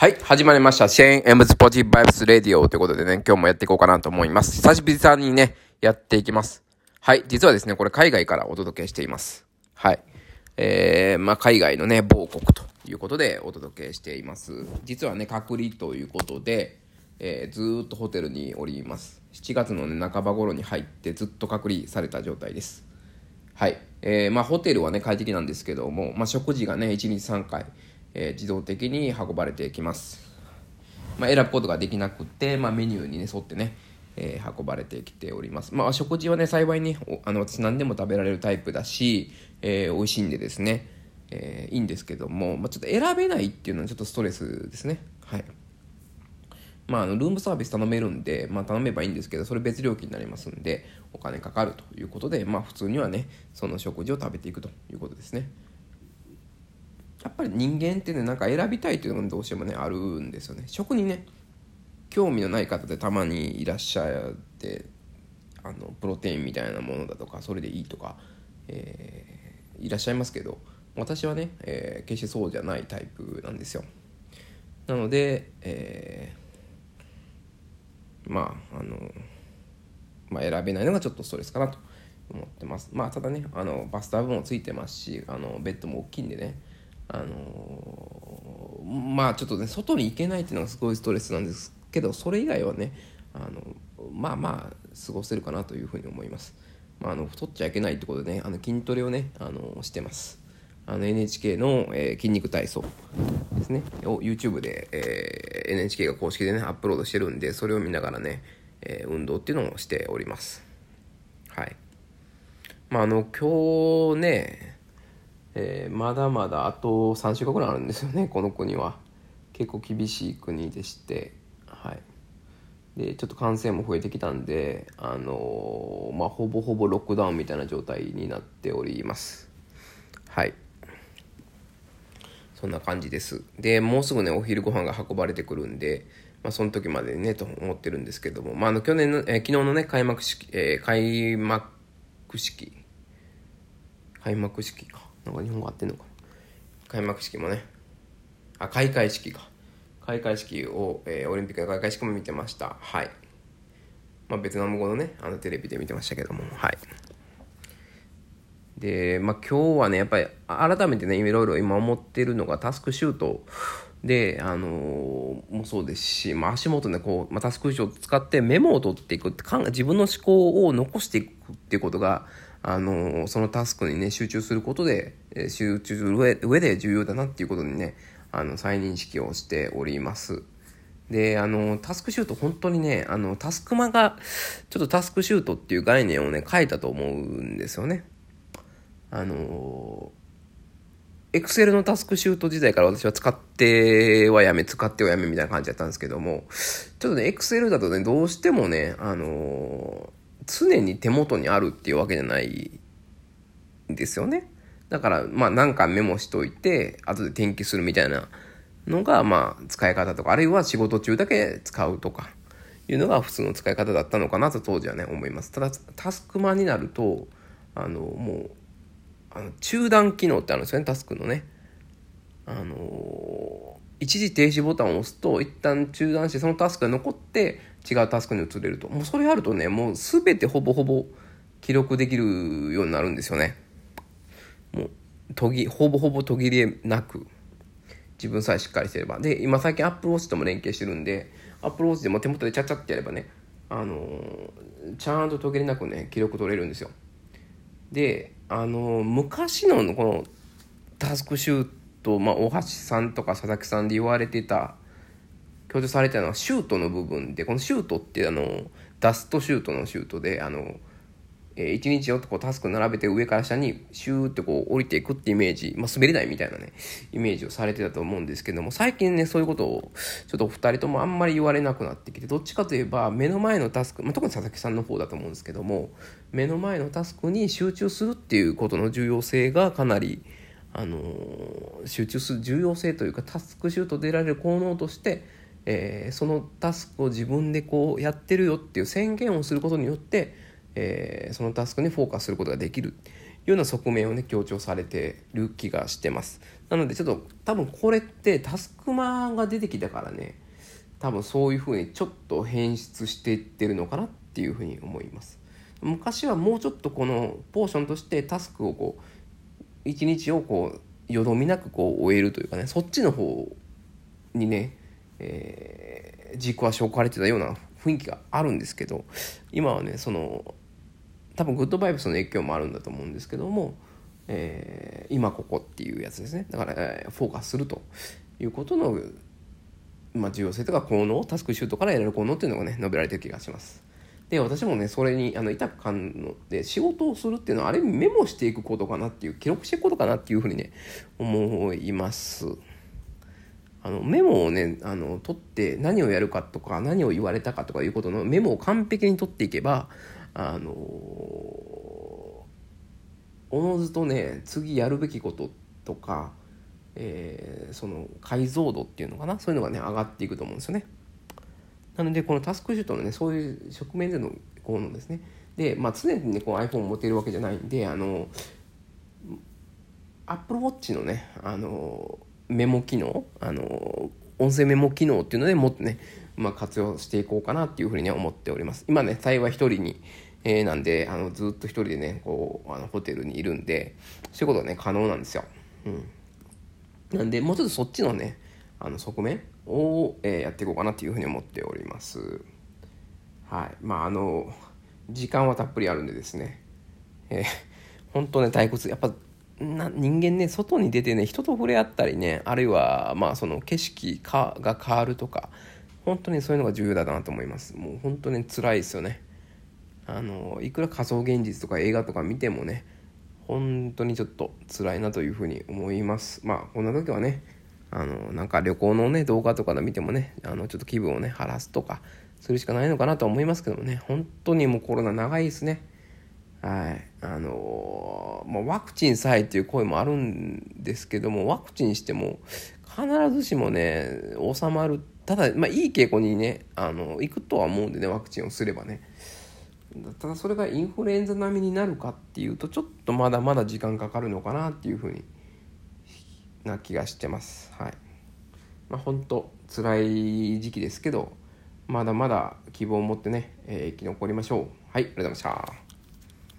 はい、始まりました。シェーン・エムズ・ポジティブ・バイブス・レディオということでね、今日もやっていこうかなと思います。久しぶりにね、やっていきます。はい、実はですね、これ海外からお届けしています。はい。海外のね、某国ということでお届けしています。実はね、隔離ということで、ずーっとホテルにおります。7月のね、半ば頃に入ってずっと隔離された状態です。はい。ホテルはね、快適なんですけども、食事がね、1日3回、自動的に運ばれてきます。選ぶことができなくて、メニューにね、沿ってね、運ばれてきております。食事はね、幸いに、私何でも食べられるタイプだし、美味しいんでですね、いいんですけども、ちょっと選べないっていうのはちょっとストレスですね。はい。ルームサービス頼めるんで、頼めばいいんですけど、それ別料金になりますんで、お金かかるということで、普通にはね、その食事を食べていくということですね。やっぱり人間ってね、なんか選びたいというのがどうしてもね、あるんですよね。食にね、興味のない方でたまにいらっしゃって、プロテインみたいなものだとか、それでいいとか、いらっしゃいますけど、私はね、決してそうじゃないタイプなんですよ。なので、選べないのがちょっとストレスかなと思ってます。ただね、バスタブもついてますし、ベッドも大きいんでね、ちょっとね、外に行けないっていうのがすごいストレスなんですけど、それ以外はね、過ごせるかなというふうに思います。太っちゃいけないってことでね、筋トレをね、してます。NHK の、筋肉体操ですねを YouTube で、NHK が公式でねアップロードしてるんで、それを見ながらね、運動っていうのをしております。はい。今日ね、まだまだあと3週間ぐらいあるんですよね。この国は結構厳しい国でして、はい。でちょっと感染も増えてきたんで、ほぼほぼロックダウンみたいな状態になっております。はい。そんな感じです。でもうすぐねお昼ご飯が運ばれてくるんで、その時までねと思ってるんですけども、去年の、昨日のね開幕式かなんか日本語合ってんのかな。開幕式もね、開会式を、オリンピックの開会式も見てました。はい。ベトナム語のねテレビで見てましたけども、はい。で、今日はねやっぱり改めてねいろいろ今思ってるのがタスクシュートで、もそうですし、足元でこう、タスクシュートを使ってメモを取っていくって自分の思考を残していくっていうことが、そのタスクにね集中することで、集中する上で重要だなっていうことにね再認識をしております。でタスクシュート本当にねタスクマがちょっとタスクシュートっていう概念をね変えたと思うんですよね。エクセルのタスクシュート時代から私は使ってはやめみたいな感じだったんですけども、ちょっとね、エクセルだとね、どうしてもね、常に手元にあるっていうわけじゃないんですよね。だから、なんかメモしといて、後で転記するみたいなのが、使い方とか、あるいは仕事中だけ使うとか、いうのが普通の使い方だったのかなと当時はね、思います。ただ、タスクマンになると、もう、中断機能ってあるんですよね、タスクのね。一時停止ボタンを押すと一旦中断してそのタスクが残って違うタスクに移れると、もうそれあるとねもう全てほぼほぼ記録できるようになるんですよね。もうほぼほぼ途切れなく、自分さえしっかりしてれば。で今最近 Apple Watch とも連携してるんで、 Apple Watch でも手元でチャチャってやればね、ちゃんと途切れなくね記録取れるんですよ。で昔のこのタスクシュート、大橋さんとか佐々木さんで言われてた、強調されてたのはシュートの部分で、このシュートってダストシュートのシュートで、一日をこうタスク並べて上から下にシューってこう降りていくってイメージ、滑り台みたいなねイメージをされてたと思うんですけども、最近ねそういうことをちょっとお二人ともあんまり言われなくなってきて、どっちかといえば目の前のタスク、特に佐々木さんの方だと思うんですけども、目の前のタスクに集中するっていうことの重要性がかなり集中する重要性というか、タスクシュートで得られる効能として、そのタスクを自分でこうやってるよっていう宣言をすることによって、そのタスクにフォーカスすることができるような側面をね強調されてる気がしてます。なのでちょっと多分これってタスクマが出てきたからね、多分そういう風にちょっと変質していってるのかなっていう風に思います。昔はもうちょっとこのポーションとしてタスクをこう一日をこうよどみなくこう終えるというかね、そっちの方にね、軸足を置かれてたような雰囲気があるんですけど、今はねその多分グッドバイブスの影響もあるんだと思うんですけども、今ここっていうやつですね。だから、フォーカスするということの、重要性とか効能、タスクシュートから得られる効能っていうのがね述べられてる気がします。で、私もねそれに痛く感じるので、仕事をするっていうのはあれメモしていくことかなっていう、記録していくことかなっていうふうにね思います。メモをね取って何をやるかとか何を言われたかとかいうことのメモを完璧に取っていけば、おのずとね次やるべきこととか、その解像度っていうのかな、そういうのがね上がっていくと思うんですよね。なのでこのタスクシュートのねそういう側面での効能ですね。で、常にねこう iPhone を持てるわけじゃないんで、Apple Watch のねメモ機能、音声メモ機能っていうのでもっとね、活用していこうかなっていうふうにね思っております。今ね幸い一人に、なんでずっと一人でねこうホテルにいるんで、そういうことがね可能なんですよ。なんでもうちょっとそっちのね側面を、やっていこうかなっていうふうに思っております。はい。時間はたっぷりあるんでですね、本当ね退屈、やっぱ人間ね外に出てね人と触れ合ったりね、あるいはその景色が変わるとか、本当にそういうのが重要だなと思います。もう本当に辛いですよね。いくら仮想現実とか映画とか見てもね本当にちょっと辛いなというふうに思います。こんな時はねなんか旅行のね動画とかで見てもねちょっと気分をね晴らすとかするしかないのかなと思いますけどもね、本当にもうコロナ長いですね。はい。ワクチンさえっていう声もあるんですけども、ワクチンしても必ずしもね収まる、ただいい傾向にね行くとは思うんでね、ワクチンをすればね。ただそれがインフルエンザ並みになるかっていうとちょっとまだまだ時間かかるのかなっていう風にな気がしてます。はい。本当辛い時期ですけど、まだまだ希望を持ってね、生き残りましょう。はい、ありがとうございました。